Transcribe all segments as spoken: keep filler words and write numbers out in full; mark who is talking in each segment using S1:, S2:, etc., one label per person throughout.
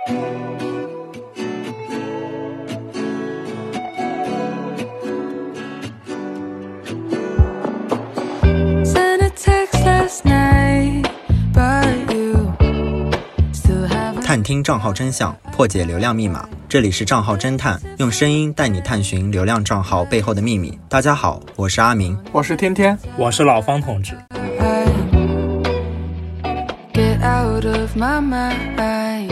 S1: 探听账号真相，破解流量密码。这里是账号侦探，用声音带你探寻流量账号背后的秘密。大家好，我是阿明，
S2: 我是天天，
S3: 我是老方同志。
S4: Get out of my mind.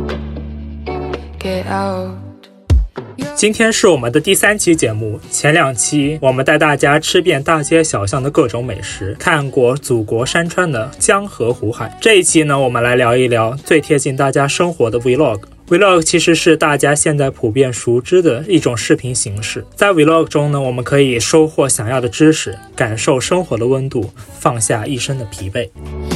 S4: Get out.
S3: 今天是我们的第三期节目，前两期我们带大家吃遍大街小巷的各种美食，看过祖国山川的江河湖海。这一期呢，我们来聊一聊最贴近大家生活的 Vlog。Vlog 其实是大家现在普遍熟知的一种视频形式。在 Vlog 中呢，我们可以收获想要的知识，感受生活的温度，放下一身的疲惫。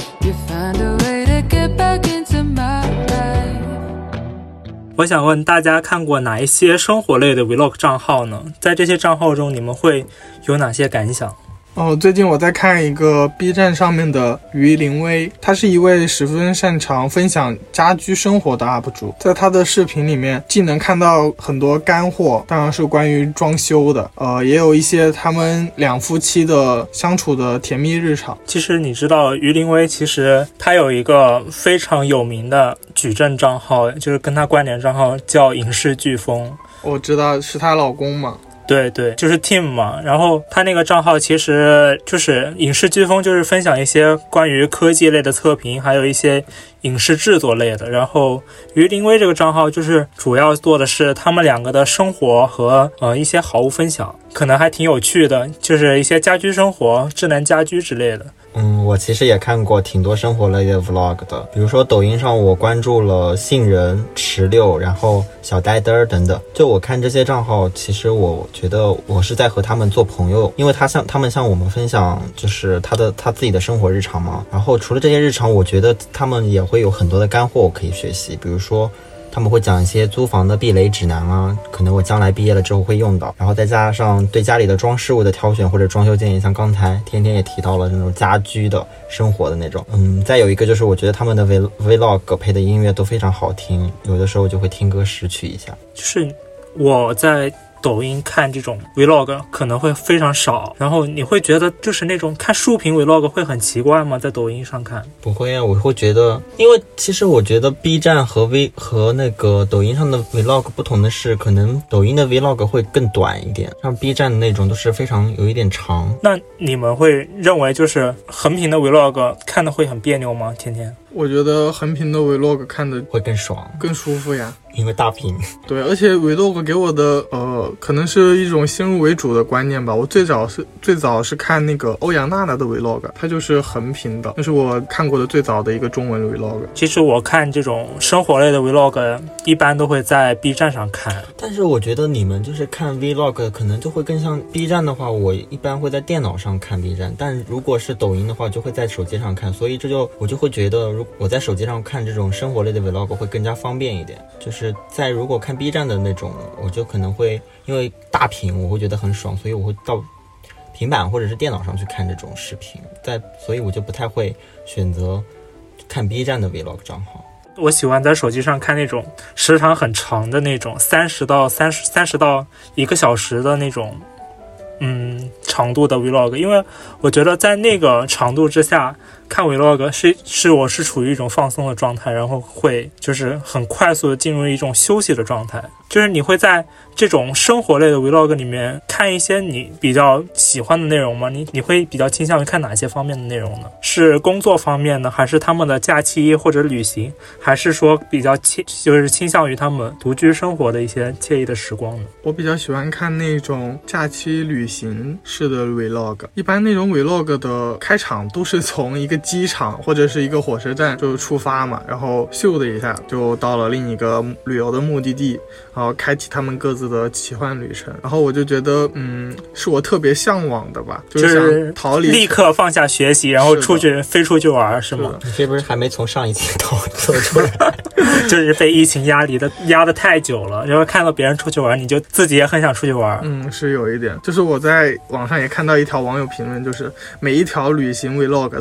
S3: 我想问大家看过哪一些生活类的 Vlog 账号呢？在这些账号中，你们会有哪些感想？
S2: 哦，最近我在看一个 B 站上面的于林威，他是一位十分擅长分享家居生活的 U P 主。在他的视频里面，既能看到很多干货，当然是关于装修的，呃，也有一些他们两夫妻的相处的甜蜜日常。
S3: 其实你知道，于林威其实他有一个非常有名的矩阵账号，就是跟他关联账号叫影视飓风。
S2: 我知道是她老公嘛。
S3: 对对，就是 Tim 嘛。然后他那个账号其实就是影视飓风，就是分享一些关于科技类的测评，还有一些影视制作类的。然后于林威这个账号就是主要做的是他们两个的生活和呃一些好物分享，可能还挺有趣的，就是一些家居生活、智能家居之类的。
S1: 嗯，我其实也看过挺多生活类的 vlog 的，比如说抖音上我关注了杏仁、石榴，然后小呆嘚等等。就我看这些账号，其实我觉得我是在和他们做朋友，因为他向他们向我们分享就是他的他自己的生活日常嘛。然后除了这些日常，我觉得他们也会有很多的干货我可以学习，比如说他们会讲一些租房的避雷指南啊，可能我将来毕业了之后会用到，然后再加上对家里的装饰物的挑选或者装修建议，像刚才天天也提到了那种家居的生活的那种。嗯，再有一个就是我觉得他们的 vlog 配的音乐都非常好听，有的时候就会听歌识曲一下。
S3: 就是我在抖音看这种 vlog 可能会非常少，然后你会觉得就是那种看竖屏 vlog 会很奇怪吗？在抖音上看
S1: 不会啊，我会觉得，因为其实我觉得 B 站和 V 和那个抖音上的 vlog 不同的是，可能抖音的 vlog 会更短一点，像 B 站的那种都是非常有一点长。
S3: 那你们会认为就是横屏的 vlog 看的会很别扭吗？天天
S2: 我觉得横屏的 vlog 看的
S1: 会更爽
S2: 更舒服呀，
S1: 因为大屏。
S2: 对，而且 vlog 给我的呃，可能是一种先入为主的观念吧。我最早是最早是看那个欧阳娜娜的 vlog， 它就是横屏的，那是我看过的最早的一个中文 vlog。
S3: 其实我看这种生活类的 vlog 一般都会在 B 站上看，
S1: 但是我觉得你们就是看 vlog 可能就会更像 B 站的话，我一般会在电脑上看 B 站，但如果是抖音的话就会在手机上看，所以这就我就会觉得如果我在手机上看这种生活类的 vlog 会更加方便一点。就是在如果看 B 站的那种，我就可能会因为大屏我会觉得很爽，所以我会到平板或者是电脑上去看这种视频，在所以我就不太会选择看 B 站的 vlog 账号。
S3: 我喜欢在手机上看那种时长很长的那种三十到三十三十到一个小时的那种嗯长度的 vlog， 因为我觉得在那个长度之下看 vlog 是是我是处于一种放松的状态，然后会就是很快速的进入一种休息的状态。就是你会在这种生活类的 vlog 里面看一些你比较喜欢的内容吗？你你会比较倾向于看哪些方面的内容呢？是工作方面呢，还是他们的假期或者旅行，还是说比较倾就是倾向于他们独居生活的一些惬意的时光呢？
S2: 我比较喜欢看那种假期旅行式的 vlog， 一般那种 vlog 的开场都是从一个机场或者是一个火车站就出发嘛，然后咻的一下就到了另一个旅游的目的地，然后开启他们各自的奇幻旅程。然后我就觉得嗯，是我特别向往的吧，就是想逃离，
S3: 立刻放下学习然后出去飞出去玩，是吗？
S1: 你是不是还没从上一期逃走出来？
S3: 就是被疫情压力的压得太久了，然后看到别人出去玩，你就自己也很想出去玩。
S2: 嗯，是有一点。就是我在网上也看到一条网友评论，就是每一条旅行 vlog 都是一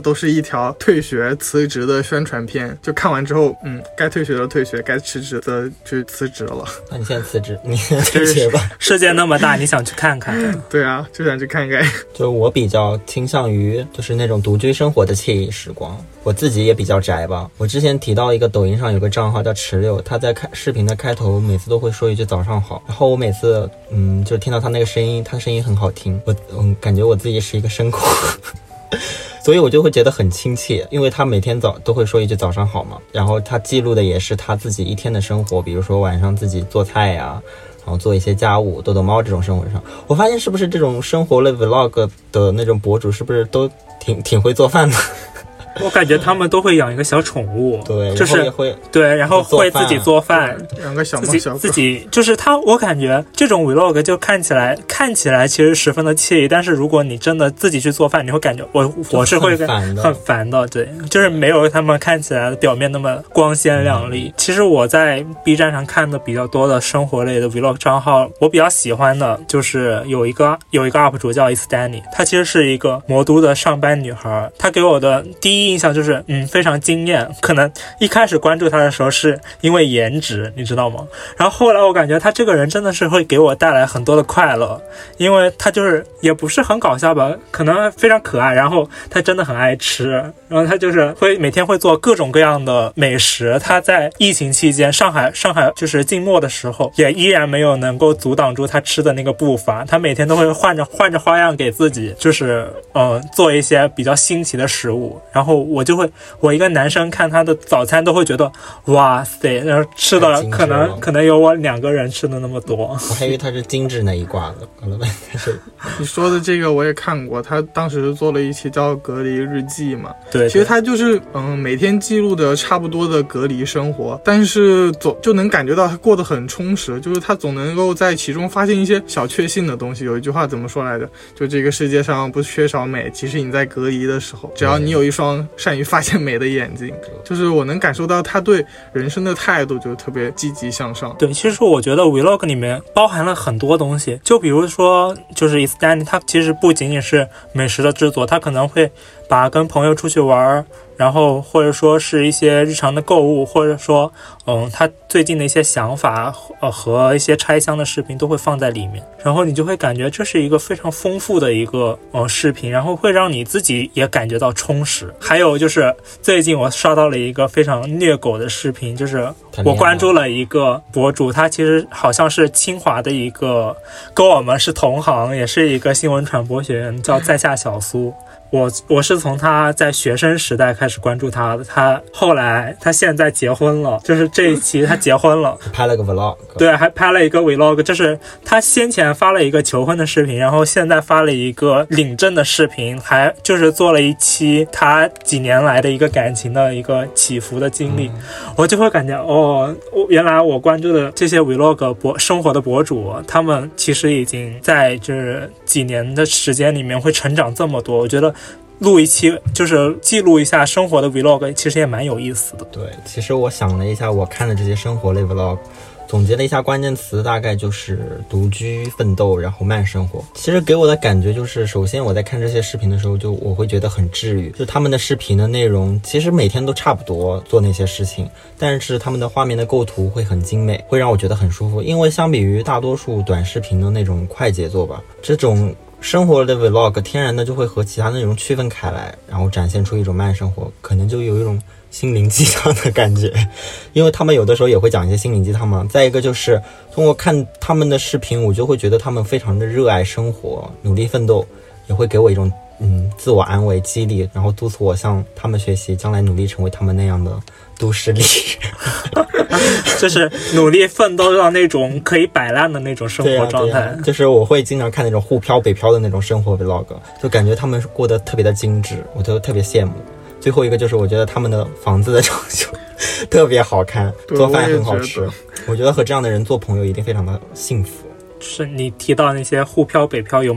S2: 条退学辞职的宣传片，就看完之后，嗯，该退学的退学，该辞职的就辞职了。
S1: 那你现在辞职，你现在退学吧。
S3: 世界那么大，你想去看看？
S2: 对啊，就想去看看。
S1: 就我比较倾向于就是那种独居生活的惬意时光。我自己也比较宅吧。我之前提到一个抖音上有个账号叫池六，他在开视频的开头每次都会说一句早上好，然后我每次嗯就听到他那个声音，他声音很好听，我嗯感觉我自己是一个声控。所以我就会觉得很亲切，因为他每天早都会说一句早上好嘛，然后他记录的也是他自己一天的生活，比如说晚上自己做菜呀，然后做一些家务，逗逗猫这种生活上。我发现是不是这种生活类 vlog 的那种博主是不是都挺挺会做饭的？
S3: 我感觉他们都会养一个小宠物，
S1: 对，
S3: 就是
S1: 也会
S3: 对，然后会自己做饭，
S2: 养个小猫小狗，
S3: 自己就是他。我感觉这种 vlog 就看起来看起来其实十分的惬意，但是如果你真的自己去做饭，你会感觉我我是会
S1: 很烦的，
S3: 很烦的，对，就是没有他们看起来的表面那么光鲜亮丽。嗯、其实我在 B 站上看的比较多的生活类的 vlog 账号，我比较喜欢的就是有一个有一个 U P 主叫 Istani， 她其实是一个魔都的上班女孩，她给我的第一印象就是嗯非常惊艳。可能一开始关注她的时候是因为颜值，你知道吗？然后后来我感觉她这个人真的是会给我带来很多的快乐，因为她就是也不是很搞笑吧，可能非常可爱，然后她真的很爱吃，然后她就是会每天会做各种各样的美食。她在疫情期间上海上海就是静默的时候，也依然没有能够阻挡住她吃的那个步伐，她每天都会换着换着花样给自己就是呃做一些比较新奇的食物，然后我就会我一个男生看她的早餐都会觉得哇塞，然后吃的可能可能有我两个人吃的那么多。
S1: 我还以为他是精致那一挂的，搞了半天是。
S2: 你说的这个我也看过，他当时做了一期叫《隔离日记》嘛，
S3: 对，对，
S2: 其实他就是嗯每天记录的差不多的隔离生活，但是总就能感觉到他过得很充实，就是他总能够在其中发现一些小确幸的东西。有一句话怎么说来着？就这个世界上不缺少美，即使你在隔离的时候，只要你有一双善于发现美的眼睛。就是我能感受到他对人生的态度就特别积极向上。
S3: 对，其实我觉得 vlog 里面包含了很多东西，就比如说就是 Istani 他其实不仅仅是美食的制作，他可能会把跟朋友出去玩，然后或者说是一些日常的购物，或者说嗯他最近的一些想法呃和一些拆箱的视频都会放在里面，然后你就会感觉这是一个非常丰富的一个呃视频，然后会让你自己也感觉到充实。还有就是最近我刷到了一个非常虐狗的视频，就是我关注了一个博主，他其实好像是清华的一个跟我们是同行，也是一个新闻传播学院，叫在下小苏。我我是从他在学生时代开始关注他的，他后来他现在结婚了，就是这一期他结婚了，
S1: 拍了个 vlog，
S3: 对，还拍了一个 vlog， 就是他先前发了一个求婚的视频，然后现在发了一个领证的视频，还就是做了一期他几年来的一个感情的一个起伏的经历。嗯、我就会感觉哦，原来我关注的这些 vlog 博生活的博主，他们其实已经在这几年的时间里面会成长这么多，我觉得录一期就是记录一下生活的 vlog 其实也蛮有意思的。
S1: 对，其实我想了一下，我看的这些生活类 vlog 总结了一下关键词，大概就是独居、奋斗，然后慢生活。其实给我的感觉就是，首先我在看这些视频的时候，就我会觉得很治愈。就他们的视频的内容，其实每天都差不多做那些事情，但是他们的画面的构图会很精美，会让我觉得很舒服。因为相比于大多数短视频的那种快节奏吧，这种生活的 vlog 天然的就会和其他内容区分开来，然后展现出一种慢生活，可能就有一种心灵鸡汤的感觉。因为他们有的时候也会讲一些心灵鸡汤嘛。再一个就是通过看他们的视频，我就会觉得他们非常的热爱生活，努力奋斗，也会给我一种嗯自我安慰激励，然后督促我向他们学习，将来努力成为他们那样的都市丽人。
S3: 就是努力奋斗到那种可以摆烂的那种生活状态。
S1: 对啊对啊，就是我会经常看那种沪漂北漂的那种生活 vlog， 就感觉他们过得特别的精致，我就特别羡慕。最后一个就是我觉得他们的房子的装修特别好看，做饭很好吃， 我, 我觉得和这样的人做朋友一定非常的幸福。
S3: 就是你提到那些沪漂北漂，有没有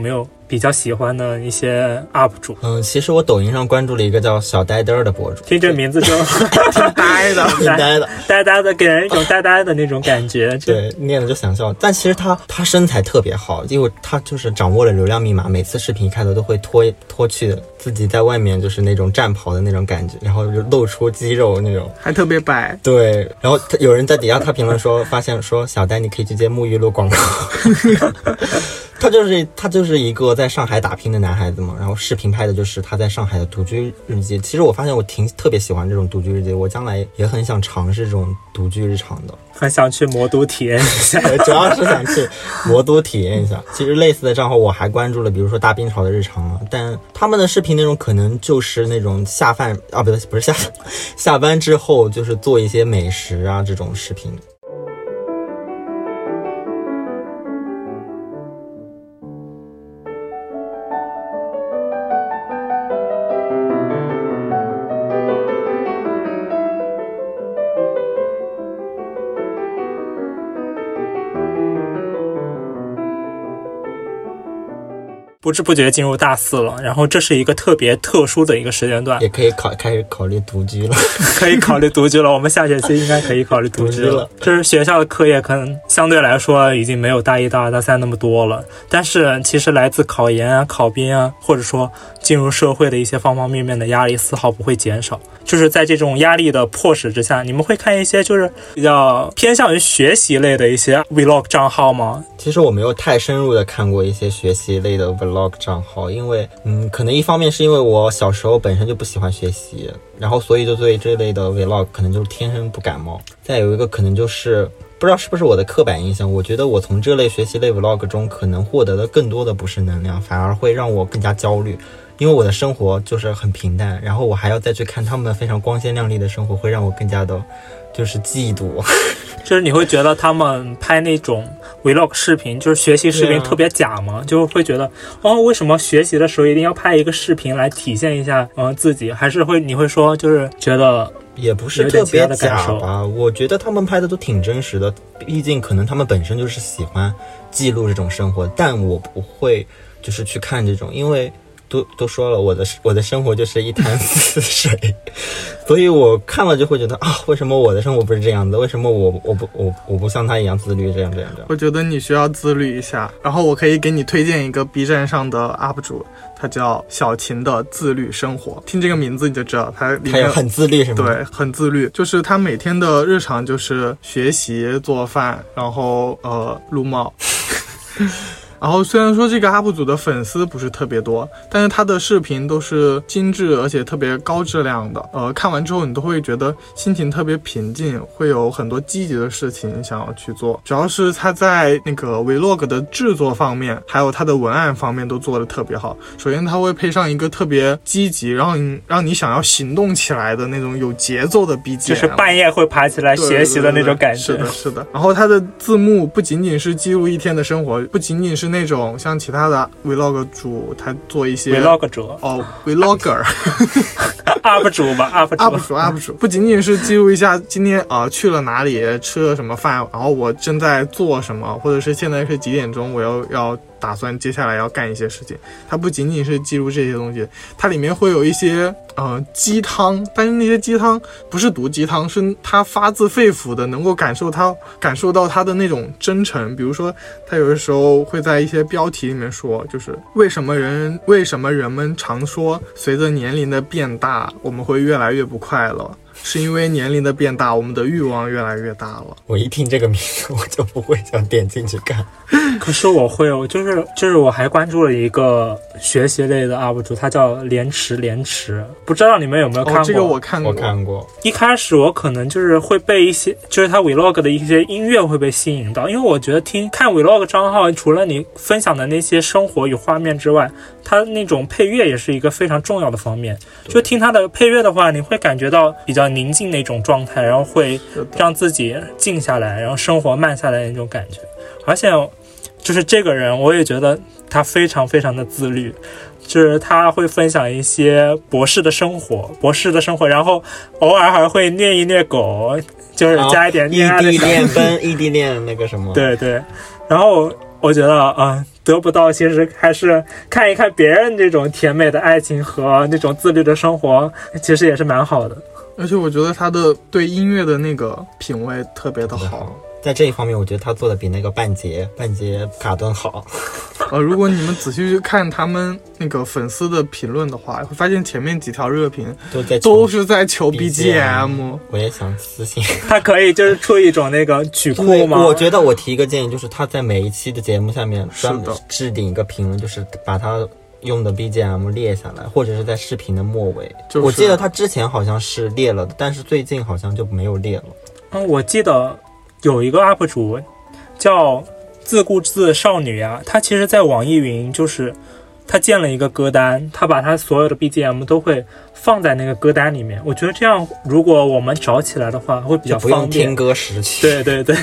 S3: 比较喜欢的一些 U P 主？
S1: 嗯，其实我抖音上关注了一个叫小呆呆的博主，
S3: 听这名字就
S2: 挺呆的，
S1: 挺呆的，
S3: 呆呆的，给人一种呆呆的那种感觉。
S1: 对，念了就想笑。但其实他他身材特别好，因为他就是掌握了流量密码，每次视频开头都会脱脱去自己在外面就是那种战袍的那种感觉，然后就露出肌肉那种，
S2: 还特别白。
S1: 对，然后他有人在底下他评论说，发现说小呆你可以去接沐浴露广告。他就是他就是一个在上海打拼的男孩子嘛，然后视频拍的就是他在上海的独居日记。其实我发现我挺特别喜欢这种独居日记，我将来也很想尝试这种独居日常的，
S3: 很想去魔都体验一下。
S1: 主要是想去魔都体验一下。其实类似的账号我还关注了，比如说大冰潮的日常啊，但他们的视频内容可能就是那种下饭啊，不对，不是下下班之后就是做一些美食啊这种视频。
S3: 不知不觉进入大四了，然后这是一个特别特殊的一个时间段，
S1: 也可以考开始考虑独居了，
S3: 可以考虑独居了。我们下学期应该可以考虑独居了。就是学校的课业可能相对来说已经没有大一、大二、大三那么多了，但是其实来自考研啊、考编啊，或者说进入社会的一些方方面面的压力丝毫不会减少。就是在这种压力的迫使之下，你们会看一些就是比较偏向于学习类的一些 vlog 账号吗？
S1: 其实我没有太深入的看过一些学习类的 vlog 账号，因为嗯，可能一方面是因为我小时候本身就不喜欢学习，然后所以就对这类的 vlog 可能就是天生不感冒。再有一个可能就是不知道是不是我的刻板印象，我觉得我从这类学习类 vlog 中可能获得的更多的不是能量，反而会让我更加焦虑。因为我的生活就是很平淡，然后我还要再去看他们非常光鲜亮丽的生活，会让我更加的就是嫉妒。
S3: 就是你会觉得他们拍那种 vlog 视频，就是学习视频特别假吗？就会觉得哦，为什么学习的时候一定要拍一个视频来体现一下呃自己？还是会你会说就是觉得
S1: 也不是特别假吧？我觉得他们拍的都挺真实的，毕竟可能他们本身就是喜欢记录这种生活，但我不会就是去看这种，因为都都说了，我的我的生活就是一潭死水，所以我看了就会觉得啊，为什么我的生活不是这样子？为什么我我不我我不像他一样自律？这样这样这样。
S2: 我觉得你需要自律一下，然后我可以给你推荐一个 B 站上的 U P 主，他叫小琴的自律生活。听这个名字你就知道他里面
S1: 他很自律是吗？
S2: 对，很自律，就是他每天的日常就是学习、做饭，然后呃撸猫。然后虽然说这个 U P 主的粉丝不是特别多，但是他的视频都是精致而且特别高质量的，呃，看完之后你都会觉得心情特别平静，会有很多积极的事情想要去做。主要是他在那个 Vlog 的制作方面，还有他的文案方面都做得特别好。首先他会配上一个特别积极，然后你让你想要行动起来的那种有节奏的 B G M，
S3: 就是半夜会爬起来学习的那种感觉。
S2: 对对对对，是的，是的。然后他的字幕不仅仅是记录一天的生活，不仅仅是那种像其他的 vlog 主他做一些
S3: vlog 主
S2: 哦 vlogger
S3: up 主吧 up 主
S2: up 主 up 主不仅仅是记录一下今天啊、呃、去了哪里，吃了什么饭，然后我正在做什么，或者是现在是几点钟，我要要打算接下来要干一些事情。它不仅仅是记录这些东西，它里面会有一些呃鸡汤，但是那些鸡汤不是毒鸡汤，是他发自肺腑的，能够感受他感受到他的那种真诚。比如说他有的时候会在一些标题里面说，就是为什么人为什么人们常说随着年龄的变大我们会越来越不快乐，是因为年龄的变大我们的欲望越来越大了。
S1: 我一听这个名字我就不会想点进去看。
S3: 可是我会，我就是就是我还关注了一个学习类的 U P 主，他叫莲池莲池，不知道你们有没有看过？
S2: 哦，这个我看过，
S1: 我看过。
S3: 一开始我可能就是会被一些，就是他 Vlog 的一些音乐会被吸引到，因为我觉得听看 Vlog 账号，除了你分享的那些生活与画面之外，他那种配乐也是一个非常重要的方面。就听他的配乐的话，你会感觉到比较宁静那种状态，然后会让自己静下来，然后生活慢下来那种感觉。而且就是这个人我也觉得他非常非常的自律，就是他会分享一些博士的生活博士的生活，然后偶尔还会虐一虐狗，就是加一点恋爱的
S1: 异地恋奔异地恋那个什么。
S3: 对对，然后我觉得，嗯，得不到，其实还是看一看别人这种甜美的爱情和那种自律的生活，其实也是蛮好的。
S2: 而且我觉得他的对音乐的那个品味特别的好。
S1: 在这一方面，我觉得他做的比那个半截半截卡顿好。
S2: 呃，如果你们仔细去看他们那个粉丝的评论的话，会发现前面几条热评
S1: 都在
S2: 都是在求 B G M。
S1: 我也想私信
S3: 他可以就是出一种那个曲库吗？
S1: 我觉得我提一个建议，就是他在每一期的节目下面专门置顶一个评论，就是把他用的 B G M 列下来，或者是在视频的末尾。
S2: 就是、
S1: 我记得他之前好像是列了的，但是最近好像就没有列了。
S3: 嗯，我记得有一个 U P 主叫自顾自少女啊，她其实在网易云就是她建了一个歌单，她把她所有的 B G M 都会放在那个歌单里面。我觉得这样如果我们找起来的话会比较方便，
S1: 不用听歌识曲。
S3: 对对对。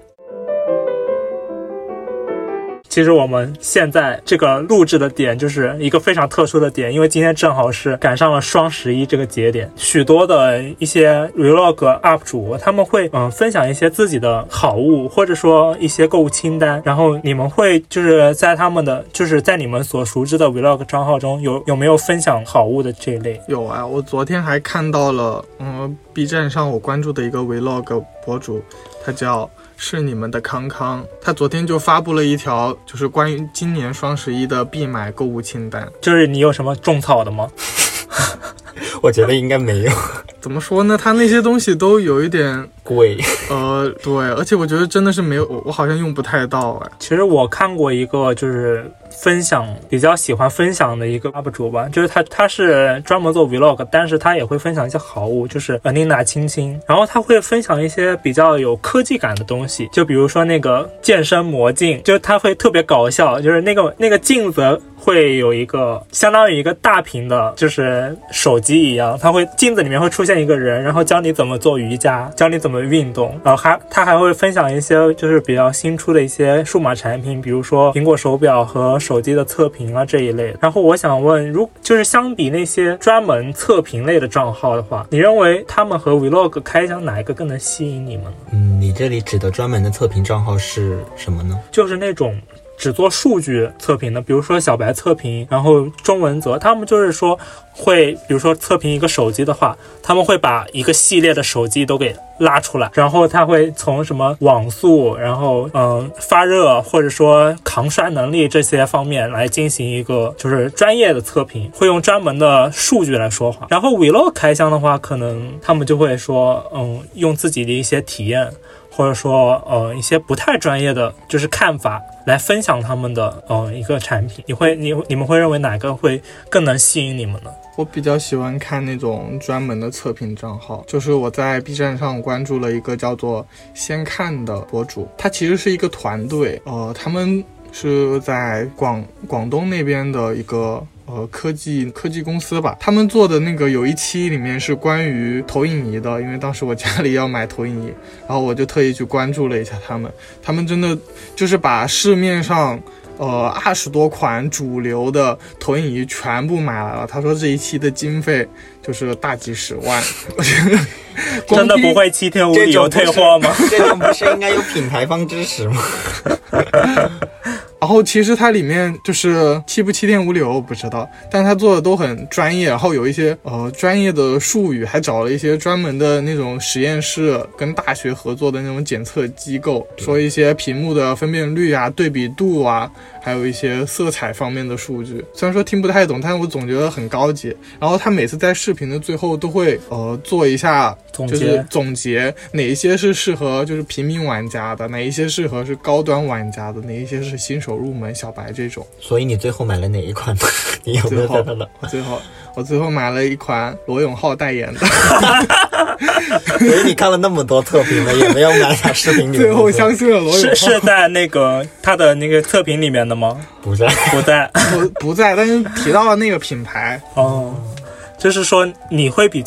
S3: 其实我们现在这个录制的点就是一个非常特殊的点，因为今天正好是赶上了双十一这个节点，许多的一些 vlog U P 主他们会嗯分享一些自己的好物，或者说一些购物清单，然后你们会就是在他们的就是在你们所熟知的 vlog 账号中有有没有分享好物的这一类？
S2: 有啊，我昨天还看到了嗯 B 站上我关注的一个 vlog 博主，他叫是你们的康康，他昨天就发布了一条就是关于今年双十一的必买购物清单。
S3: 就是你有什么种草的吗？
S1: 我觉得应该没有。
S2: 怎么说呢，他那些东西都有一点
S1: 贵。
S2: 呃，对，而且我觉得真的是没有，我我好像用不太到哎。
S3: 其实我看过一个就是分享比较喜欢分享的一个 U P 主吧，就是他他是专门做 vlog， 但是他也会分享一些好物，就是 Anina 青青，然后他会分享一些比较有科技感的东西，就比如说那个健身魔镜，就是他会特别搞笑，就是那个那个镜子会有一个相当于一个大屏的就是手机一样，它会镜子里面会出现一个人，然后教你怎么做瑜伽，教你怎么运动，然后还他还会分享一些就是比较新出的一些数码产品，比如说苹果手表和手机的测评啊这一类的。然后我想问，如就是相比那些专门测评类的账号的话，你认为他们和 vlog 开箱哪一个更能吸引你们呢？
S1: 嗯，你这里指的专门的测评账号是什么呢？
S3: 就是那种只做数据测评的，比如说小白测评，然后中文则他们就是说会比如说测评一个手机的话，他们会把一个系列的手机都给拉出来，然后他会从什么网速，然后嗯发热或者说抗摔能力这些方面来进行一个就是专业的测评，会用专门的数据来说话。然后 vlog 开箱的话，可能他们就会说嗯用自己的一些体验，或者说呃一些不太专业的就是看法来分享他们的呃一个产品。你会你你们会认为哪个会更能吸引你们呢？
S2: 我比较喜欢看那种专门的测评账号，就是我在 B 站上关注了一个叫做先看的博主，他其实是一个团队，呃，他们是在广广东那边的一个呃科技科技公司吧，他们做的那个有一期里面是关于投影仪的，因为当时我家里要买投影仪，然后我就特意去关注了一下他们，他们真的就是把市面上呃二十多款主流的投影仪全部买来了。他说这一期的经费就是大几十万，我觉得
S3: 真的不会七天无理由退货吗？
S1: 这种不是应该有品牌方支持吗？
S2: 然后其实它里面就是七不七天无理由我不知道，但它做的都很专业，然后有一些呃专业的术语，还找了一些专门的那种实验室跟大学合作的那种检测机构，说一些屏幕的分辨率啊、对比度啊，还有一些色彩方面的数据。虽然说听不太懂，但是我总觉得很高级。然后他每次在视频的最后都会呃做一下就是总结，哪一些是适合就是平民玩家的，哪一些适合是高端玩家的，哪一些是新手入门小白这种。
S1: 所以你最后买了哪一款呢？你有没有在那了？
S2: 我最后我最后买了一款罗永浩代言的。
S1: 所以你看了那么多测评了，也没有买他视频里面。
S2: 最后相信了罗永浩。
S3: 是是在那个他的那个测评里面的吗？
S1: 不在，
S3: 不在，
S2: 不不在，但是提到了那个品牌。
S3: 哦。就是说你会比较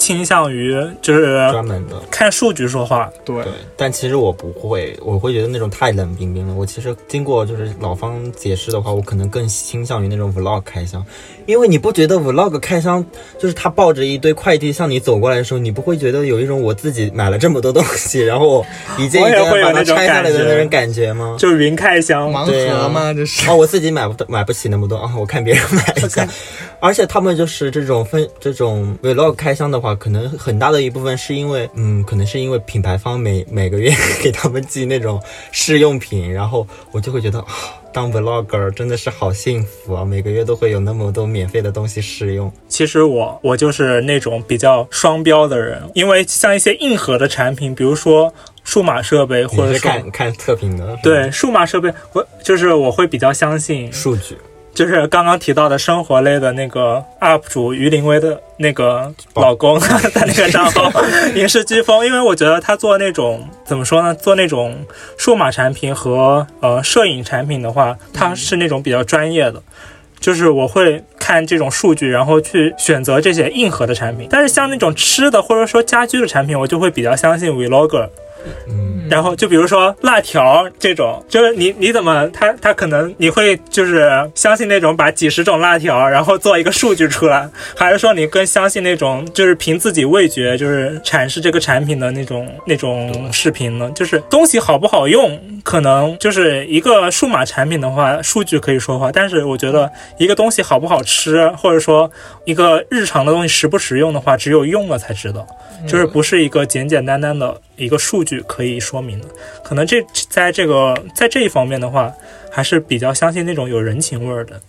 S3: 倾向于就是
S1: 专门的
S3: 看数据说话。
S2: 对
S1: 对，但其实我不会，我会觉得那种太冷冰冰了。我其实经过就是老方解释的话，我可能更倾向于那种 vlog 开箱，因为你不觉得 vlog 开箱就是他抱着一堆快递向你走过来的时候，你不会觉得有一种我自己买了这么多东西，然后我一件一件把它拆下来的那种感觉吗？
S3: 就是云开箱
S2: 盲盒吗？这是
S1: 哦，我自己买不买不起那么多啊，我看别人买一下。而且他们就是这种分这种 vlog 开箱的话，可能很大的一部分是因为，嗯，可能是因为品牌方每每个月给他们寄那种试用品，然后我就会觉得啊、哦，当 vlogger 真的是好幸福啊，每个月都会有那么多免费的东西试用。
S3: 其实我我就是那种比较双标的人，因为像一些硬核的产品，比如说数码设备，或者说
S1: 看看特评的，
S3: 对数码设备，我就是我会比较相信
S1: 数据。
S3: 就是刚刚提到的生活类的那个 U P 主于林威的那个老公的那个账号影视飓风，因为我觉得他做那种怎么说呢，做那种数码产品和呃摄影产品的话，他是那种比较专业的。就是我会看这种数据，然后去选择这些硬核的产品。但是像那种吃的或者说家居的产品，我就会比较相信 vlogger。
S1: 嗯，
S3: 然后就比如说辣条这种，就是你你怎么他他可能你会就是相信那种把几十种辣条然后做一个数据出来，还是说你更相信那种就是凭自己味觉就是阐释这个产品的那种那种视频呢？就是东西好不好用，可能就是一个数码产品的话，数据可以说话，但是我觉得一个东西好不好吃，或者说一个日常的东西实不实用的话，只有用了才知道，就是不是一个简简单单的一个数据可以说明的。可能这在这个在这一方面的话，还是比较相信那种有人情味的。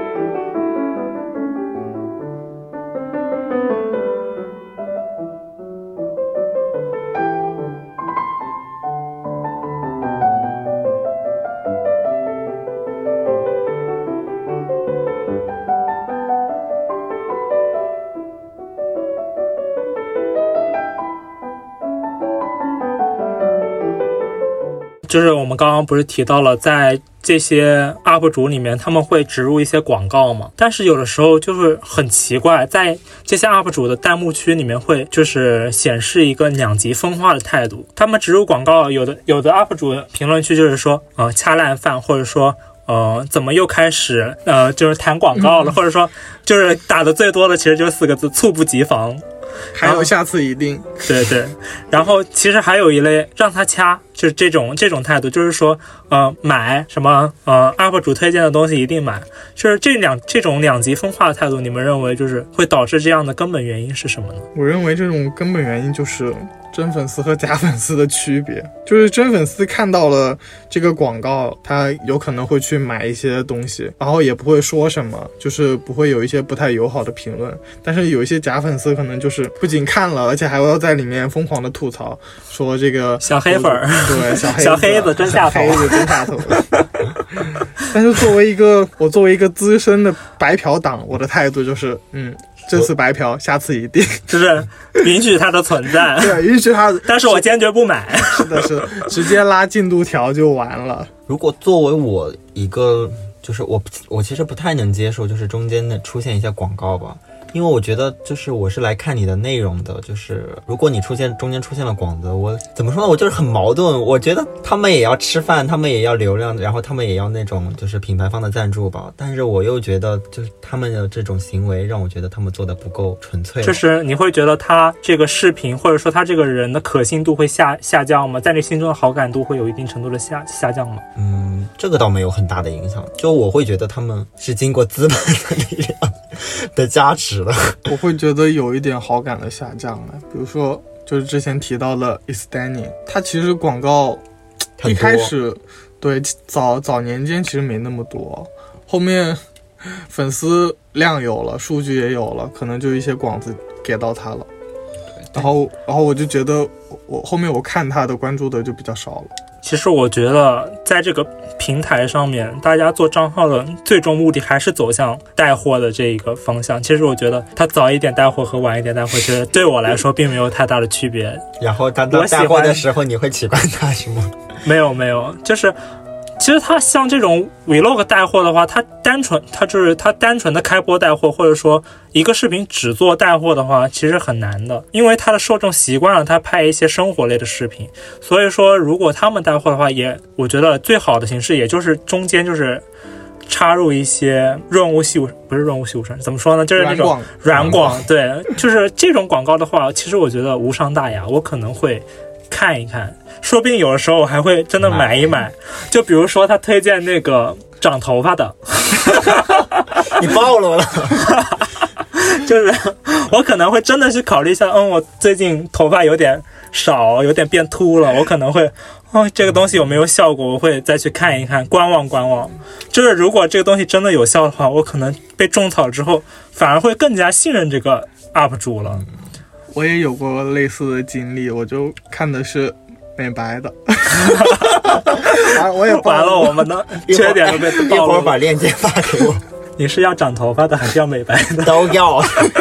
S3: 就是我们刚刚不是提到了，在这些 U P 主里面他们会植入一些广告嘛，但是有的时候就是很奇怪，在这些 U P 主的弹幕区里面会就是显示一个两极分化的态度。他们植入广告，有的有的 U P 主评论区就是说呃恰烂饭，或者说呃怎么又开始呃就是谈广告了、嗯、或者说就是打的最多的其实就四个字，猝不及防，
S2: 还有下次一定。
S3: 对对，然后其实还有一类让他掐，就是这种这种态度，就是说呃买什么呃 U P 主推荐的东西一定买，就是这两这种两极分化的态度，你们认为就是会导致这样的根本原因是什么呢？
S2: 我认为这种根本原因就是真粉丝和假粉丝的区别，就是真粉丝看到了这个广告，他有可能会去买一些东西，然后也不会说什么，就是不会有一些不太友好的评论。但是有一些假粉丝可能就是不仅看了，而且还要在里面疯狂的吐槽，说这个
S3: 小黑粉儿，
S2: 对，小黑子
S3: 小黑子真下头，
S2: 黑子真下头。但是作为一个我作为一个资深的白嫖党，我的态度就是嗯。这次白嫖，下次一定，
S3: 就是允许它的存在，
S2: 对，允许它，
S3: 但是我坚决不买。
S2: 是的，是的，直接拉进度条就完了。
S1: 如果作为我一个，就是我，我其实不太能接受，就是中间的出现一些广告吧。因为我觉得就是我是来看你的内容的，就是如果你出现中间出现了广子，我怎么说呢？我就是很矛盾。我觉得他们也要吃饭，他们也要流量，然后他们也要那种就是品牌方的赞助吧。但是我又觉得就是他们的这种行为让我觉得他们做的不够纯粹。
S3: 就是你会觉得他这个视频或者说他这个人的可信度会下下降吗？在你心中的好感度会有一定程度的下下降吗？
S1: 嗯，这个倒没有很大的影响。就我会觉得他们是经过资本的力量的加持。
S2: 我会觉得有一点好感的下降了，比如说就是之前提到的 Istani， 它其实广告一开始对早早年间其实没那么多，后面粉丝量有了，数据也有了，可能就一些广子给到他了，然后然后我就觉得我后面我看他的关注的就比较少了。
S3: 其实我觉得在这个平台上面，大家做账号的最终目的还是走向带货的这一个方向。其实我觉得他早一点带货和晚一点带货，其实对我来说并没有太大的区别。
S1: 然后他带货的时候你会奇怪他是吗？
S3: 没有没有，就是其实他像这种 vlog 带货的话，他单纯他就是他单纯的开播带货，或者说一个视频只做带货的话，其实很难的，因为他的受众习惯了他拍一些生活类的视频，所以说如果他们带货的话，也我觉得最好的形式也就是中间就是插入一些润物细无不是润物细无声，怎么说呢？就是那种软广，对，就是这种广告的话，其实我觉得无伤大雅，我可能会看一看，说不定有的时候我还会真的买一买。就比如说他推荐那个长头发的，
S1: 你暴露了。
S3: 就是我可能会真的去考虑一下，嗯，我最近头发有点少，有点变秃了，我可能会，哦，这个东西有没有效果，我会再去看一看，观望观望。就是如果这个东西真的有效的话，我可能被种草之后，反而会更加信任这个 U P 主了。
S2: 我也有过类似的经历，我就看的是美白的。啊，我也
S3: 完了，我们的缺点都被暴露了。
S1: 一会儿把链接发给我。
S3: 你是要长头发的还是要美白的？
S1: 都要。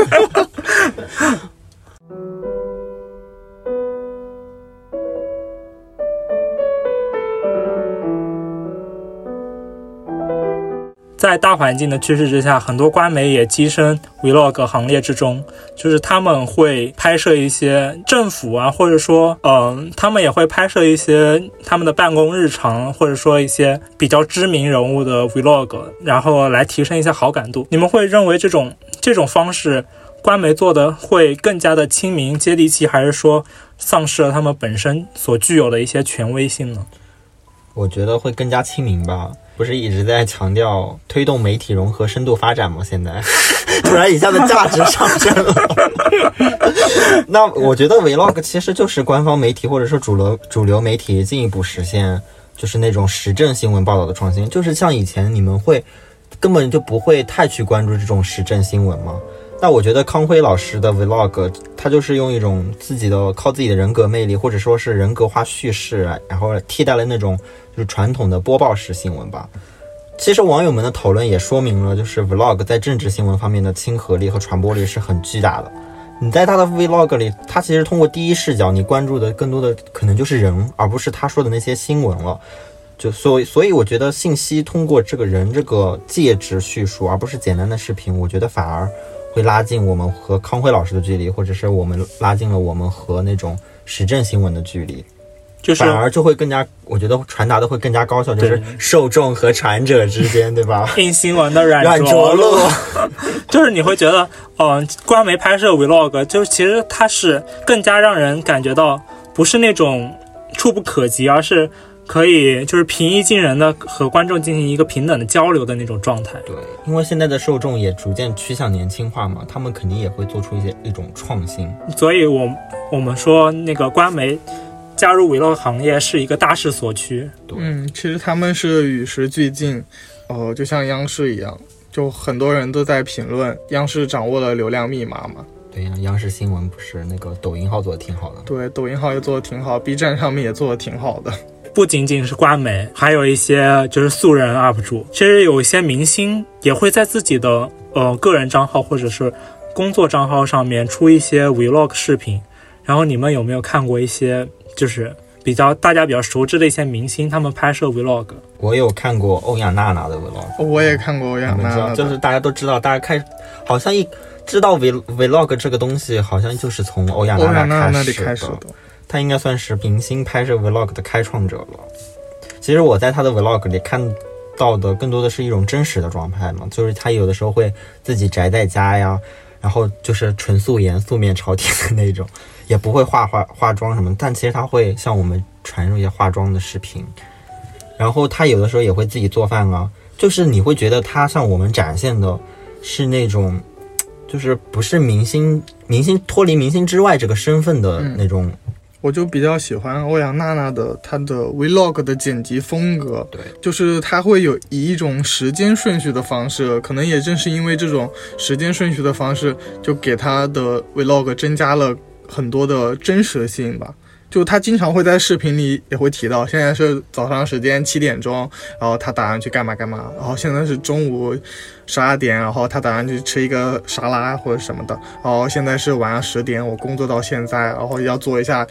S3: 在大环境的趋势之下，很多官媒也跻身 vlog 行列之中，就是他们会拍摄一些政府啊，或者说嗯、呃，他们也会拍摄一些他们的办公日常，或者说一些比较知名人物的 vlog， 然后来提升一下好感度。你们会认为这种这种方式官媒做的会更加的亲民接地气，还是说丧失了他们本身所具有的一些权威性呢？
S1: 我觉得会更加亲民吧。不是一直在强调推动媒体融合深度发展吗？现在突然一下子价值上升了。那我觉得 vlog 其实就是官方媒体或者说主流主流媒体进一步实现就是那种时政新闻报道的创新，就是像以前你们会根本就不会太去关注这种时政新闻嘛。那我觉得康辉老师的 vlog 他就是用一种自己的靠自己的人格魅力或者说是人格化叙事，然后替代了那种就是传统的播报式新闻吧。其实网友们的讨论也说明了，就是 vlog 在政治新闻方面的亲和力和传播力是很巨大的。你在他的 vlog 里，他其实通过第一视角，你关注的更多的可能就是人，而不是他说的那些新闻了。就所以所以我觉得信息通过这个人这个介质叙述，而不是简单的视频，我觉得反而会拉近我们和康辉老师的距离，或者是我们拉近了我们和那种时政新闻的距离，
S3: 就是
S1: 反而就会更加，我觉得传达的会更加高效，就是受众和传者之间，对吧？
S3: 硬新闻的软
S1: 软
S3: 着陆，
S1: 陆
S3: 就是你会觉得，嗯、呃，官媒拍摄 vlog， 就是其实它是更加让人感觉到不是那种触不可及，而是可以就是平易近人的和观众进行一个平等的交流的那种状态。
S1: 对，因为现在的受众也逐渐趋向年轻化嘛，他们肯定也会做出一些一种创新。
S3: 所以我我们说那个官媒加入 vlog 行业是一个大势所趋。
S2: 嗯，其实他们是与时俱进，呃，就像央视一样，就很多人都在评论央视掌握了流量密码嘛。
S1: 对呀，央视新闻不是那个抖音号做的挺好的。
S2: 对，抖音号也做的挺好 ，B 站上面也做的挺好的。
S3: 不仅仅是官媒，还有一些就是素人 U P 主，其实有一些明星也会在自己的呃个人账号或者是工作账号上面出一些 vlog 视频。然后你们有没有看过一些就是比较大家比较熟知的一些明星他们拍摄 vlog？
S1: 我有看过欧阳娜娜的 vlog，
S2: 我也看过欧阳娜娜的，
S1: 就是大家都知道，大家开好像一知道 vlog 这个东西，好像就是从欧阳娜娜开始的。
S2: 开始的
S1: 他应该算是明星拍摄 vlog 的开创者了。其实我在他的 vlog 里看到的更多的是一种真实的状态嘛，就是他有的时候会自己宅在家呀，然后就是纯素颜素面朝天的那种，也不会化化化妆什么，但其实他会向我们传入一些化妆的视频。然后他有的时候也会自己做饭啊，就是你会觉得他向我们展现的是那种就是不是明星明星脱离明星之外这个身份的那种、嗯
S2: 我就比较喜欢欧阳娜娜的她的 vlog 的剪辑风格，
S1: 对，
S2: 就是她会有以一种时间顺序的方式，可能也正是因为这种时间顺序的方式，就给她的 vlog 增加了很多的真实性吧。就她经常会在视频里也会提到，现在是早上时间七点钟，然后她打算去干嘛干嘛，然后现在是中午十二点，然后她打算去吃一个沙拉或者什么的，然后现在是晚上十点，我工作到现在，然后要做一下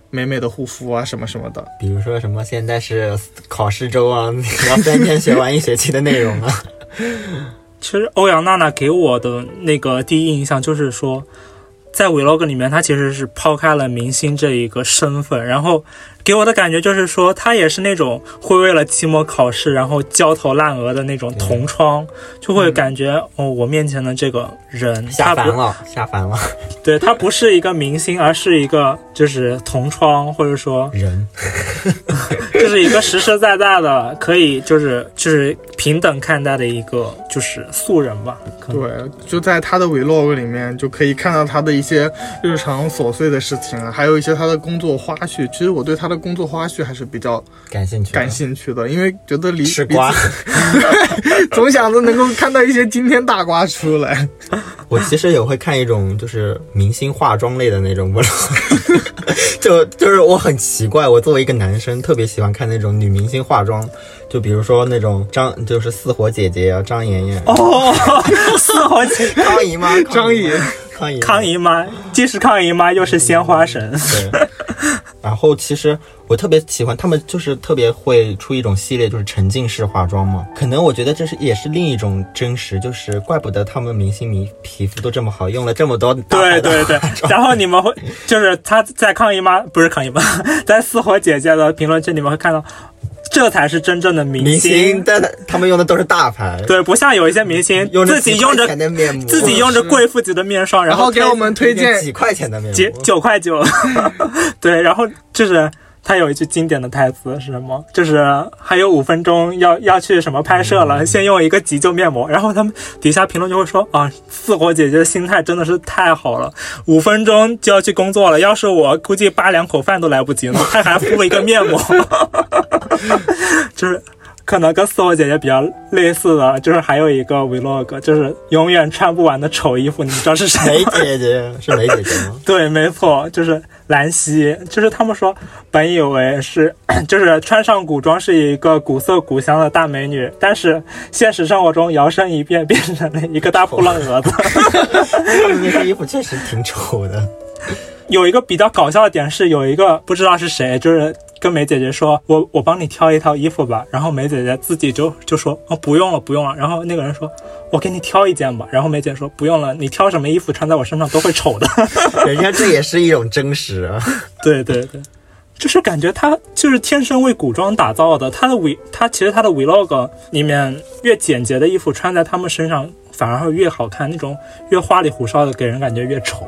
S2: 美美的护肤啊什么什么的。
S1: 比如说什么现在是考试周啊，要三天学完一学期的内容啊。
S3: 其实欧阳娜娜给我的那个第一印象就是说，在 vlog 里面她其实是抛开了明星这一个身份，然后给我的感觉就是说她也是那种会为了期末考试然后焦头烂额的那种同窗、嗯、就会感觉、嗯、哦，我面前的这个人
S1: 下凡了下凡了，
S3: 对，他不是一个明星，而是一个就是同窗，或者说
S1: 人
S3: 就是一个实实在在的可以就是就是平等看待的一个就是素人吧。
S2: 对，就在他的 vlog 里面就可以看到他的一些日常琐碎的事情啊，还有一些他的工作花絮。其实我对他的工作花絮还是比较
S1: 感兴趣
S2: 感兴趣的，因为觉得离
S1: 吃瓜
S2: 总想着能够看到一些惊天大瓜出来。
S1: 我其实也会看一种就是明星化妆类的那种 vlog 就就是我很奇怪，我作为一个男生特别喜欢看那种女明星化妆，就比如说那种张就是四火姐姐啊，张妍妍
S3: 哦，四火姐姐
S1: 康姨妈
S2: 张姨
S1: 康姨
S3: 康姨妈，既是康姨妈又是鲜花神。
S1: 对，然后其实我特别喜欢他们，就是特别会出一种系列，就是沉浸式化妆嘛。可能我觉得这是也是另一种真实，就是怪不得他们明星皮皮肤都这么好，用了这么多大牌的
S3: 对对对。然后你们会就是他在康姨妈不是康姨妈，在四火姐姐的评论区你们会看到。这才是真正的明星，
S1: 明星但他们用的都是大牌，
S3: 对，不像有一些明星自己用着自己用着贵妇级的面霜，
S2: 然后给我们推荐
S1: 几块钱的面
S3: 膜，九块九，对，然后就是他有一句经典的台词是什么？就是还有五分钟要要去什么拍摄了，嗯、先用一个急救面膜，然后他们底下评论就会说啊，四火姐姐的心态真的是太好了，五分钟就要去工作了，要是我估计扒两口饭都来不及呢，他还敷了一个面膜。就是可能跟四火姐姐比较类似的，就是还有一个 vlog， 就是永远穿不完的丑衣服，你知道是谁
S1: 吗？梅姐姐是梅姐姐吗？
S3: 对，没错，就是兰溪。就是他们说本以为是就是穿上古装是一个古色古香的大美女，但是现实生活中摇身一变变成了一个大扑棱蛾子。
S1: 他们那些衣服确实挺丑的。
S3: 有一个比较搞笑的点是，有一个不知道是谁，就是跟梅姐姐说我我帮你挑一套衣服吧，然后梅姐姐自己就就说哦不用了不用了，然后那个人说我给你挑一件吧，然后梅姐说不用了，你挑什么衣服穿在我身上都会丑的。
S1: 人家这也是一种真实啊。
S3: 对对对，就是感觉他就是天生为古装打造的，他的 v 他其实他的 vlog 里面越简洁的衣服穿在他们身上反而会越好看，那种越花里胡哨的给人感觉越丑。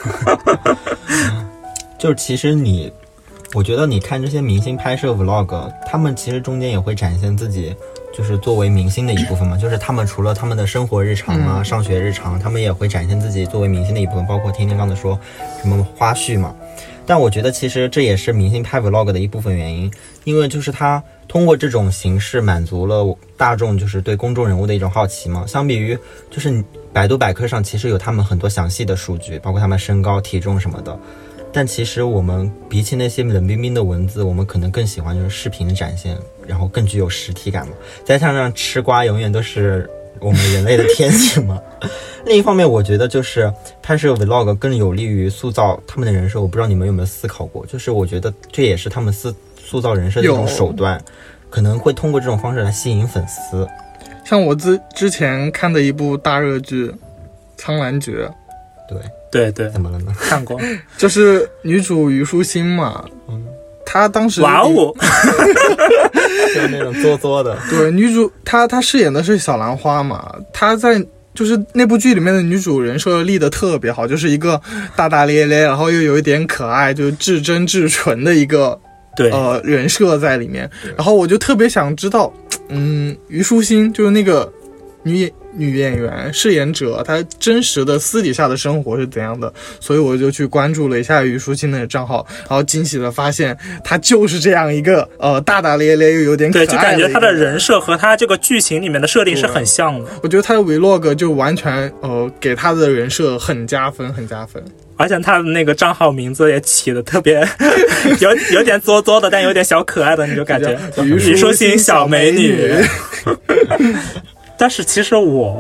S1: 就是其实你我觉得你看这些明星拍摄 vlog， 他们其实中间也会展现自己就是作为明星的一部分嘛，就是他们除了他们的生活日常啊、嗯、上学日常，他们也会展现自己作为明星的一部分，包括天天刚才说什么花絮嘛。但我觉得其实这也是明星拍 vlog 的一部分原因，因为就是他通过这种形式满足了大众就是对公众人物的一种好奇嘛。相比于就是百度百科上其实有他们很多详细的数据，包括他们身高体重什么的，但其实我们比起那些冷冰冰的文字，我们可能更喜欢就是视频的展现，然后更具有实体感嘛。再加上吃瓜永远都是我们人类的天性嘛。另一方面我觉得就是拍摄 vlog 更有利于塑造他们的人设，我不知道你们有没有思考过，就是我觉得这也是他们塑塑造人设的一种手段，可能会通过这种方式来吸引粉丝。
S2: 像我之之前看的一部大热剧《苍兰诀》，
S1: 对
S3: 对对，
S1: 怎么了呢？
S3: 看过，
S2: 就是女主虞书欣嘛，嗯，她当时
S3: 哇哦，
S1: 就是那种作作的。
S2: 对，女主她她饰演的是小兰花嘛，她在就是那部剧里面的女主人设立得特别好，就是一个大大咧咧，然后又有一点可爱，就至真至纯的一个
S3: 对
S2: 呃人设在里面。然后我就特别想知道，嗯，虞书欣就是那个女女演员饰演者，她真实的私底下的生活是怎样的，所以我就去关注了一下虞书欣的账号，然后惊喜的发现她就是这样一个呃大大咧咧又有点可爱的，
S3: 对，就感觉她的人设和她这个剧情里面的设定是很像的。
S2: 我觉得她的 vlog 就完全呃给她的人设很加分很加分。
S3: 而且他的那个账号名字也起的特别有有点作作的，但有点小可爱的，你就感觉虞书欣小美女。但是其实我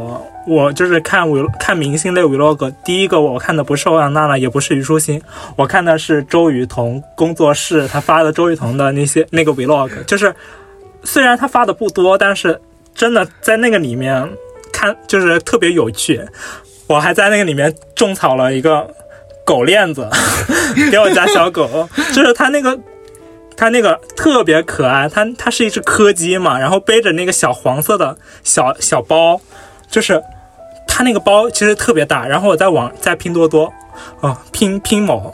S3: 我就是看 v 看明星类 vlog， 第一个我看的不是欧阳娜娜，也不是虞书欣，我看的是周雨彤工作室他发的周雨彤的那些那个 vlog， 就是虽然他发的不多，但是真的在那个里面看就是特别有趣。我还在那个里面种草了一个狗链子给我家小狗，就是他那个它那个特别可爱，它它是一只柯基嘛，然后背着那个小黄色的小小包，就是它那个包其实特别大，然后我在网在拼多多哦拼拼某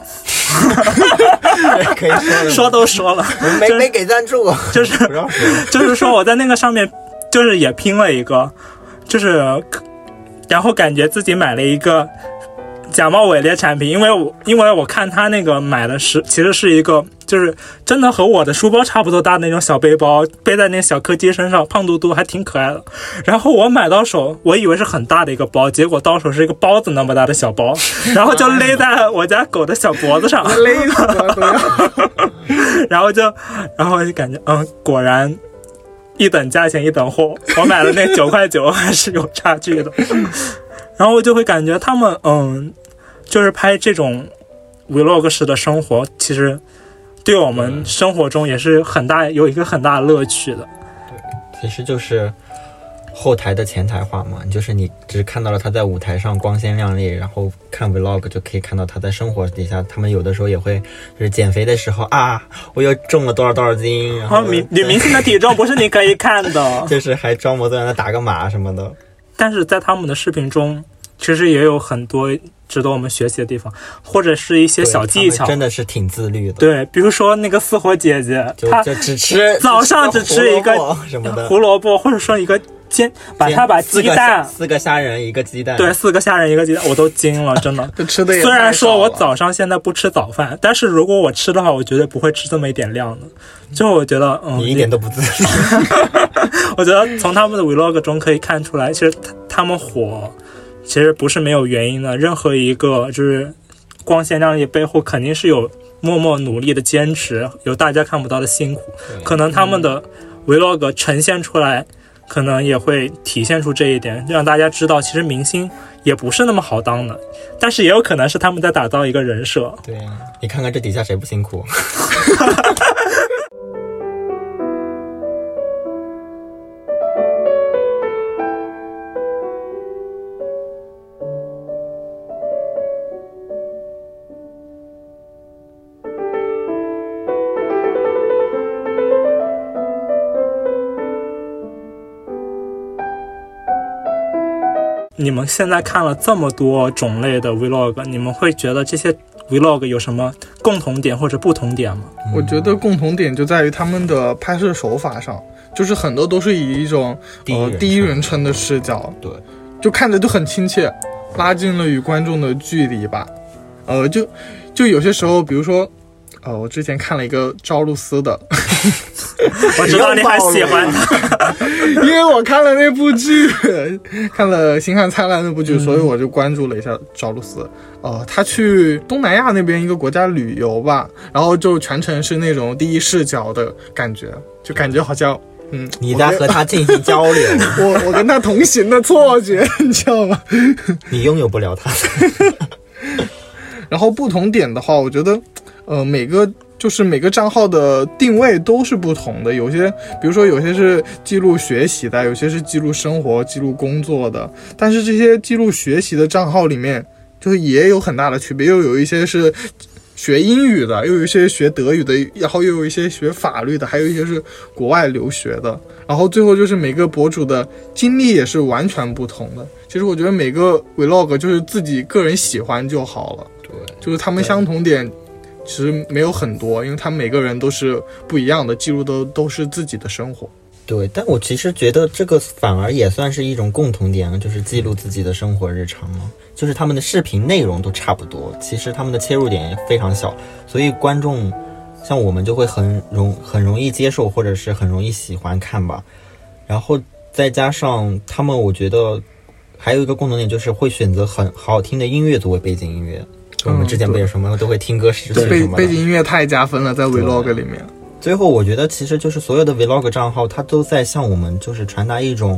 S1: 可以说
S3: 说都说了，
S1: 没、就是、没给赞助，
S3: 就是就是说我在那个上面就是也拼了一个，就是然后感觉自己买了一个假冒伪劣产品，因为我因为我看他那个买的是其实是一个就是真的和我的书包差不多大的那种小背包，背在那小柯基身上，胖嘟嘟还挺可爱的。然后我买到手，我以为是很大的一个包，结果到手是一个包子那么大的小包，然后就勒在我家狗的小脖子上，
S2: 勒死了。
S3: 然后就然后就感觉嗯，果然一等价钱一等货，我买了那九块九还是有差距的。然后我就会感觉他们嗯。就是拍这种 vlog 式的生活，其实对我们生活中也是很大有一个很大的乐趣的。
S1: 对，其实就是后台的前台化嘛，就是你只看到了他在舞台上光鲜亮丽，然后看 vlog 就可以看到他在生活底下，他们有的时候也会就是减肥的时候啊，我又重了多少多少斤，然后
S3: 女女明星的体重不是你可以看的，
S1: 就是还装模作样的打个码什么的。
S3: 但是在他们的视频中，其实也有很多值得我们学习的地方，或者是一些小技巧，
S1: 真的是挺自律的。
S3: 对，比如说那个四火姐姐，她
S1: 只吃
S3: 早上只吃一个
S1: 什么的
S3: 胡萝卜，或者说一个煎，把她把鸡蛋
S1: 四个虾仁一个鸡蛋，
S3: 对，四个虾仁一个鸡蛋，我都惊了，真的。
S2: 这吃的也
S3: 虽然说我早上现在不吃早饭，但是如果我吃的话，我绝对不会吃这么一点量的。就我觉得，嗯，
S1: 你一点都不自律。
S3: 我觉得从他们的 vlog 中可以看出来，其实他们火。其实不是没有原因的，任何一个就是光鲜亮丽背后肯定是有默默努力的坚持，有大家看不到的辛苦，可能他们的 vlog 呈现出来可能也会体现出这一点，让大家知道其实明星也不是那么好当的，但是也有可能是他们在打造一个人设。
S1: 对啊，你看看这底下谁不辛苦。
S3: 你们现在看了这么多种类的 vlog， 你们会觉得这些 vlog 有什么共同点或者不同点吗？
S2: 我觉得共同点就在于他们的拍摄手法上，就是很多都是以一种呃第一人称的视角，
S1: 对，
S2: 就看着就很亲切，拉近了与观众的距离吧。呃，就就有些时候，比如说，呃，我之前看了一个赵露思的。
S3: 我知道你很喜欢他，
S2: 因为我看了那部剧，看了《星汉灿烂》那部剧，所以我就关注了一下赵露思。呃，他去东南亚那边一个国家旅游吧，然后就全程是那种第一视角的感觉，就感觉好像嗯
S1: 你在和他进行交流，
S2: 我我跟他同行的错觉，你知道吗？
S1: 你拥有不了他。
S2: 然后不同点的话，我觉得，呃，每个。就是每个账号的定位都是不同的，有些比如说有些是记录学习的，有些是记录生活记录工作的，但是这些记录学习的账号里面就是也有很大的区别，又有一些是学英语的，又有一些学德语的，然后又有一些学法律的，还有一些是国外留学的，然后最后就是每个博主的经历也是完全不同的。其实我觉得每个 vlog 就是自己个人喜欢就好了，
S1: 对，
S2: 就是他们相同点其实没有很多，因为他们每个人都是不一样的，记录的都是自己的生活。
S1: 对，但我其实觉得这个反而也算是一种共同点，就是记录自己的生活日常嘛。就是他们的视频内容都差不多，其实他们的切入点也非常小，所以观众像我们就会很容很容易接受，或者是很容易喜欢看吧。然后再加上他们，我觉得还有一个共同点就是会选择很好听的音乐作为背景音乐。我们之前不也什么都会听歌识曲什么的，
S2: 背背景音乐太加分了，在 vlog 里面。
S1: 最后我觉得其实就是所有的 vlog 账号它都在向我们就是传达一种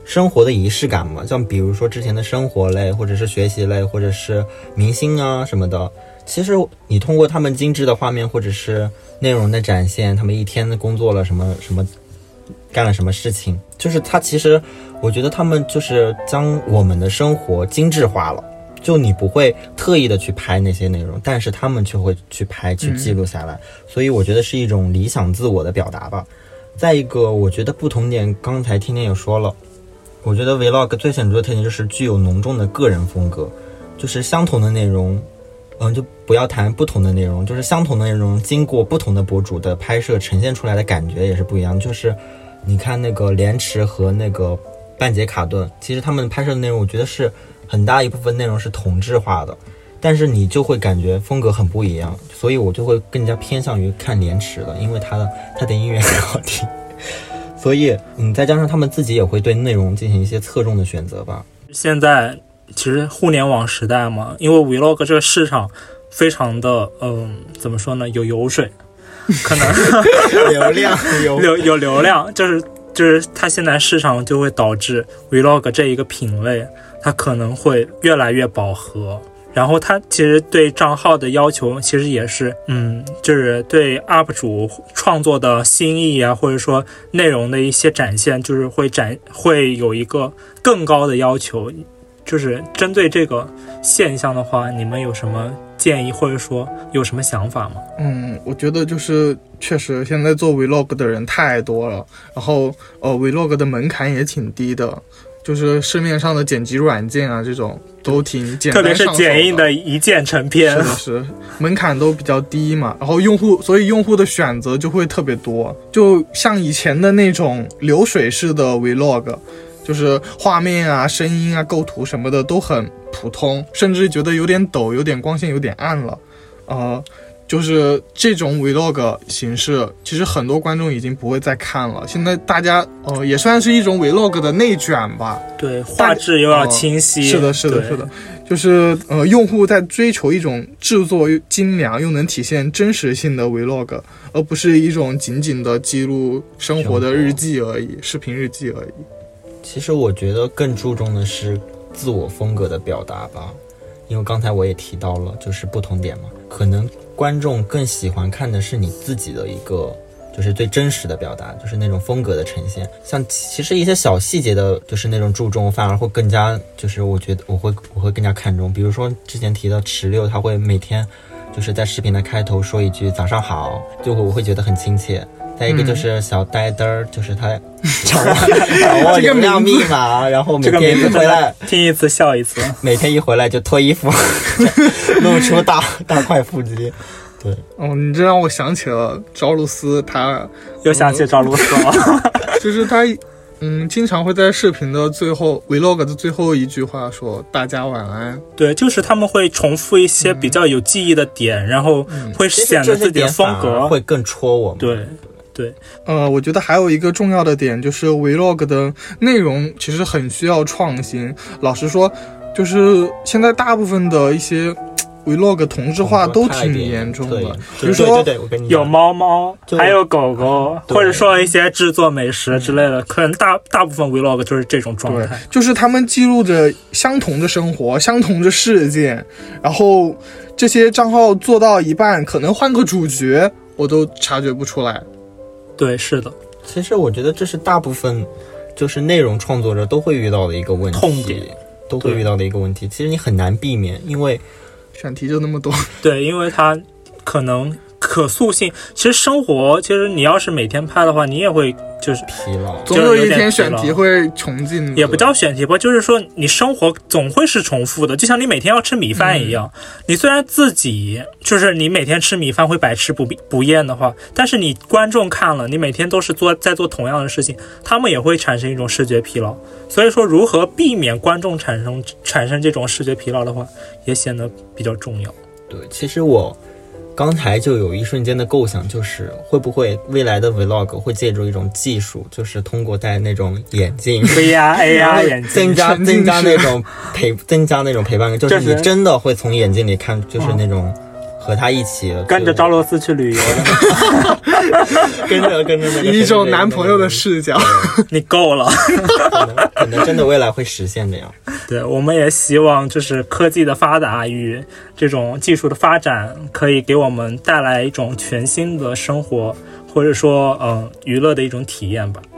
S1: 生活的仪式感嘛，像比如说之前的生活类，或者是学习类，或者是明星啊什么的。其实你通过他们精致的画面或者是内容的展现，他们一天工作了什么什么，干了什么事情，就是他其实我觉得他们就是将我们的生活精致化了。就你不会特意的去拍那些内容，但是他们却会去拍去记录下来、嗯、所以我觉得是一种理想自我的表达吧。再一个我觉得不同点，刚才天天也说了，我觉得 Vlog 最显著的特点就是具有浓重的个人风格，就是相同的内容嗯，就不要谈不同的内容，就是相同的内容经过不同的博主的拍摄呈现出来的感觉也是不一样。就是你看那个莲池和那个半截卡顿，其实他们拍摄的内容我觉得是很大一部分内容是同质化的，但是你就会感觉风格很不一样，所以我就会更加偏向于看莲池了，因为他的他的音乐很好听，所以嗯，再加上他们自己也会对内容进行一些侧重的选择吧。
S3: 现在其实互联网时代嘛，因为 Vlog 这个市场非常的嗯，怎么说呢，有油水，可能
S1: 流量有
S3: 有有流量，就是就是它现在市场就会导致 Vlog 这一个品类它可能会越来越饱和，然后它其实对账号的要求其实也是嗯，就是对 U P 主创作的新意啊，或者说内容的一些展现，就是会展会有一个更高的要求。就是针对这个现象的话，你们有什么建议或者说有什么想法吗？
S2: 嗯，我觉得就是确实现在做 Vlog 的人太多了，然后呃 Vlog 的门槛也挺低的，就是市面上的剪辑软件啊这种都挺简单上手的，
S3: 特别是剪映的一键成片，
S2: 是的是门槛都比较低嘛，然后用户所以用户的选择就会特别多，就像以前的那种流水式的 Vlog，就是画面啊声音啊构图什么的都很普通，甚至觉得有点抖，有点光线有点暗了，呃就是这种 Vlog 形式其实很多观众已经不会再看了，现在大家呃也算是一种 Vlog 的内卷吧，
S3: 对，画质又要清晰、呃、
S2: 是的是的是的，就是呃用户在追求一种制作精良又能体现真实性的 Vlog， 而不是一种仅仅的记录生活的日记而已，视频日记而已。
S1: 其实我觉得更注重的是自我风格的表达吧，因为刚才我也提到了就是不同点嘛，可能观众更喜欢看的是你自己的一个就是最真实的表达，就是那种风格的呈现。像其实一些小细节的就是那种注重反而会更加就是我觉得我会我会更加看重，比如说之前提到池六他会每天就是在视频的开头说一句早上好，就我会觉得很亲切。再一个就是小呆呆儿、嗯、就是他掌握掌握流量密码，然后每天一回来、
S3: 这个、听一次笑一次，
S1: 每天一回来就脱衣服露出大大块腹肌。对
S2: 哦，你这让我想起了赵露思，他
S3: 又想起赵露思了、
S2: 呃、就是他嗯，经常会在视频的最后 Vlog 的最后一句话说大家晚安。
S3: 对，就是他们会重复一些比较有记忆的点、嗯、然后会显得自己的风格
S1: 会更戳我们。
S3: 对对，
S2: 呃，我觉得还有一个重要的点就是 Vlog 的内容其实很需要创新。老实说，就是现在大部分的一些 Vlog 同质化都挺严重的，比如说
S3: 有猫猫，还有狗狗，或者说一些制作美食之类的，可能大大部分 Vlog 就是这种状态，
S2: 就是他们记录着相同的生活，相同的事件，然后这些账号做到一半，可能换个主角，我都察觉不出来。
S3: 对，是的。
S1: 其实我觉得这是大部分就是内容创作者都会遇到的一个问题，
S3: 痛点
S1: 都会遇到的一个问题。其实你很难避免，因为
S2: 选题就那么多。
S3: 对，因为它可能可塑性，其实生活，其实你要是每天拍的话，你也会就是
S1: 疲劳，
S2: 总有一天选题会重进。
S3: 也不叫选题吧，就是说你生活总会是重复的，就像你每天要吃米饭一样。嗯、你虽然自己就是你每天吃米饭会百吃不不厌的话，但是你观众看了，你每天都是做在做同样的事情，他们也会产生一种视觉疲劳。所以说，如何避免观众产生产生这种视觉疲劳的话，也显得比较重要。
S1: 对，其实我刚才就有一瞬间的构想，就是会不会未来的 Vlog 会借助一种技术，就是通过戴那种眼镜
S3: V R A R 眼镜，
S1: 增加增加那种陪增加那种陪伴感，就是你真的会从眼睛里看，就是那种和他一起
S3: 跟着赵露思去旅游的
S1: 跟着跟着那个
S2: 以一种男朋友的视角。
S3: 你够了。
S1: 可能可能真的未来会实现这样。
S3: 对，我们也希望就是科技的发达与这种技术的发展可以给我们带来一种全新的生活，或者说嗯娱乐的一种体验吧。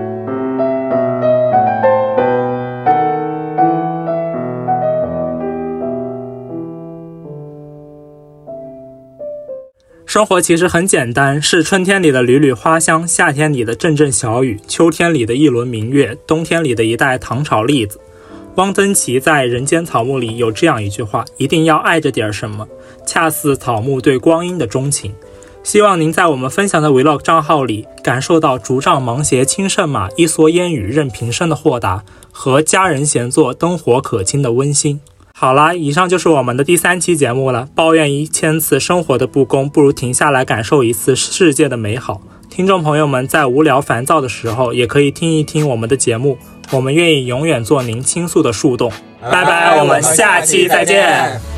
S3: 生活其实很简单，是春天里的缕缕花香，夏天里的阵阵小雨，秋天里的一轮明月，冬天里的一袋糖炒栗子。汪曾祺在《人间草木》里有这样一句话，一定要爱着点什么，恰似草木对光阴的钟情。希望您在我们分享的 Vlog 账号里感受到竹杖芒鞋轻胜马，一蓑烟雨任平生的豁达，和家人闲坐灯火可亲的温馨。好啦，以上就是我们的第三期节目了。抱怨一千次生活的不公，不如停下来感受一次世界的美好。听众朋友们在无聊烦躁的时候，也可以听一听我们的节目，我们愿意永远做您倾诉的树洞。拜拜，我们下期再见。